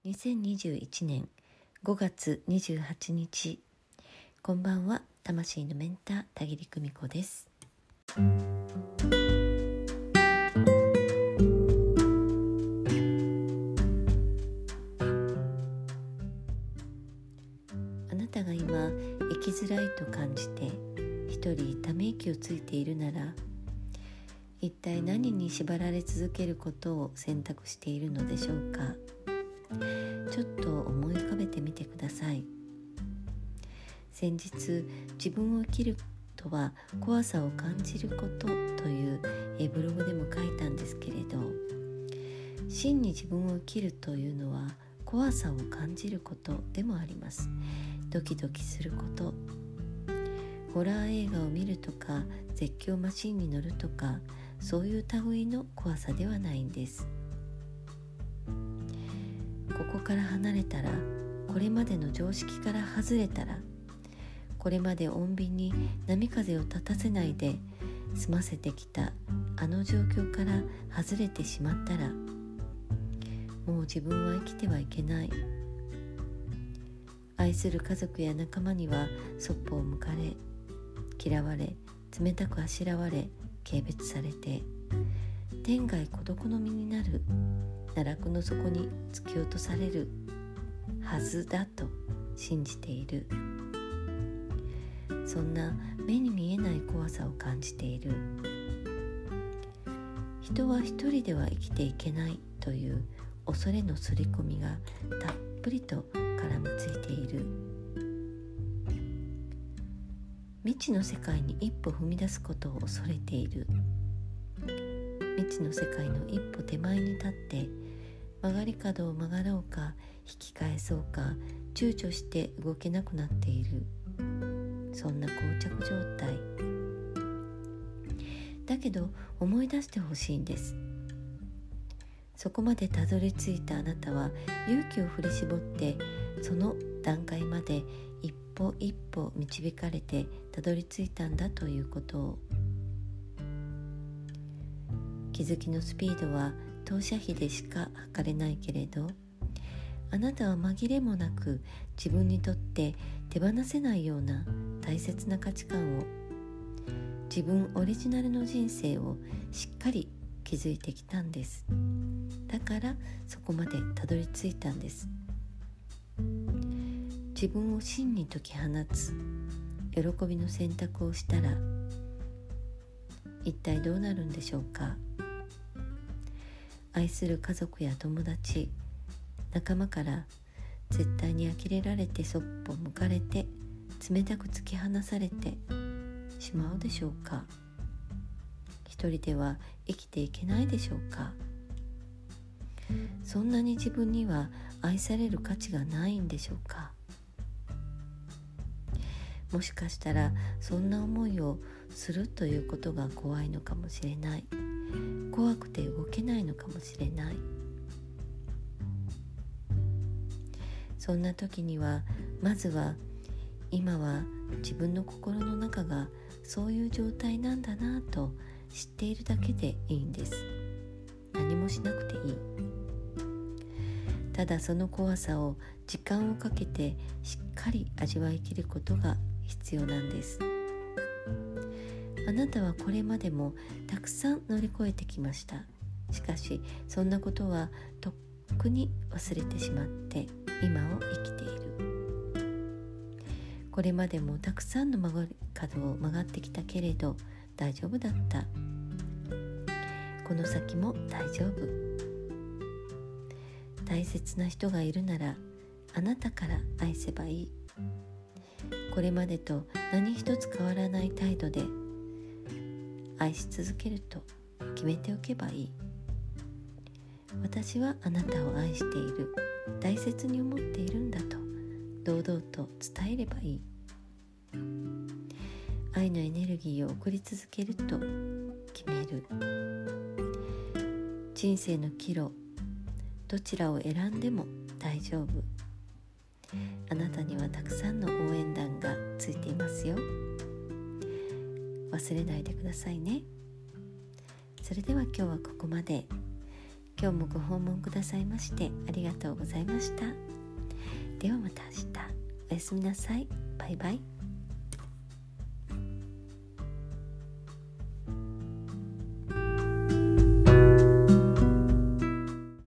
2021年5月28日、こんばんは。魂のメンター田切久美子です。あなたが今生きづらいと感じて一人ため息をついているなら、一体何に縛られ続けることを選択しているのでしょうか。ちょっと思い浮かべてみてください。先日、自分を生きるとは怖さを感じることというブログでも書いたんですけれど、真に自分を生きるというのは怖さを感じることでもあります。ドキドキすること、ホラー映画を見るとか絶叫マシンに乗るとか、そういう類の怖さではないんです。ここから離れたら、これまでの常識から外れたら、これまで穏便に波風を立たせないで済ませてきたあの状況から外れてしまったら、もう自分は生きてはいけない。愛する家族や仲間にはそっぽを向かれ、嫌われ、冷たくあしらわれ、軽蔑されて、天涯孤独の身になる、奈落の底に突き落とされるはずだと信じている。そんな目に見えない怖さを感じている。人は一人では生きていけないという恐れの刷り込みがたっぷりと絡みついている。未知の世界に一歩踏み出すことを恐れている。未知の世界の一歩手前に立って、曲がり角を曲がろうか引き返そうか躊躇して動けなくなっている。そんな膠着状態だけど、思い出してほしいんです。そこまでたどり着いたあなたは勇気を振り絞って、その段階まで一歩一歩導かれてたどり着いたんだということを。気づきのスピードは投射比でしか測れないけれど、あなたは紛れもなく自分にとって手放せないような大切な価値観を、自分オリジナルの人生をしっかり築いてきたんです。だからそこまでたどり着いたんです。自分を真に解き放つ喜びの選択をしたら、一体どうなるんでしょうか。愛する家族や友達、仲間から絶対に呆れられてそっぽ向かれて、冷たく突き放されてしまうでしょうか。一人では生きていけないでしょうか。そんなに自分には愛される価値がないんでしょうか。もしかしたらそんな思いをするということが怖いのかもしれない。怖くて動けないのかもしれない。そんな時には、まずは今は自分の心の中がそういう状態なんだなと知っているだけでいいんです。何もしなくていい。ただその怖さを時間をかけてしっかり味わい切ることが必要なんです。あなたはこれまでもたくさん乗り越えてきました。しかしそんなことはとっくに忘れてしまって今を生きている。これまでもたくさんの曲がり角を曲がってきたけれど大丈夫だった。この先も大丈夫。大切な人がいるなら、あなたから愛せばいい。これまでと何一つ変わらない態度で愛し続けると決めておけばいい。私はあなたを愛している、大切に思っているんだと堂々と伝えればいい。愛のエネルギーを送り続けると決める。人生の岐路、どちらを選んでも大丈夫。あなたにはたくさんの応援団がついていますよ。忘れないでくださいね。それでは今日はここまで。 今日もご訪問くださいましてありがとうございました。ではまた明日。おやすみなさい。バイバイ。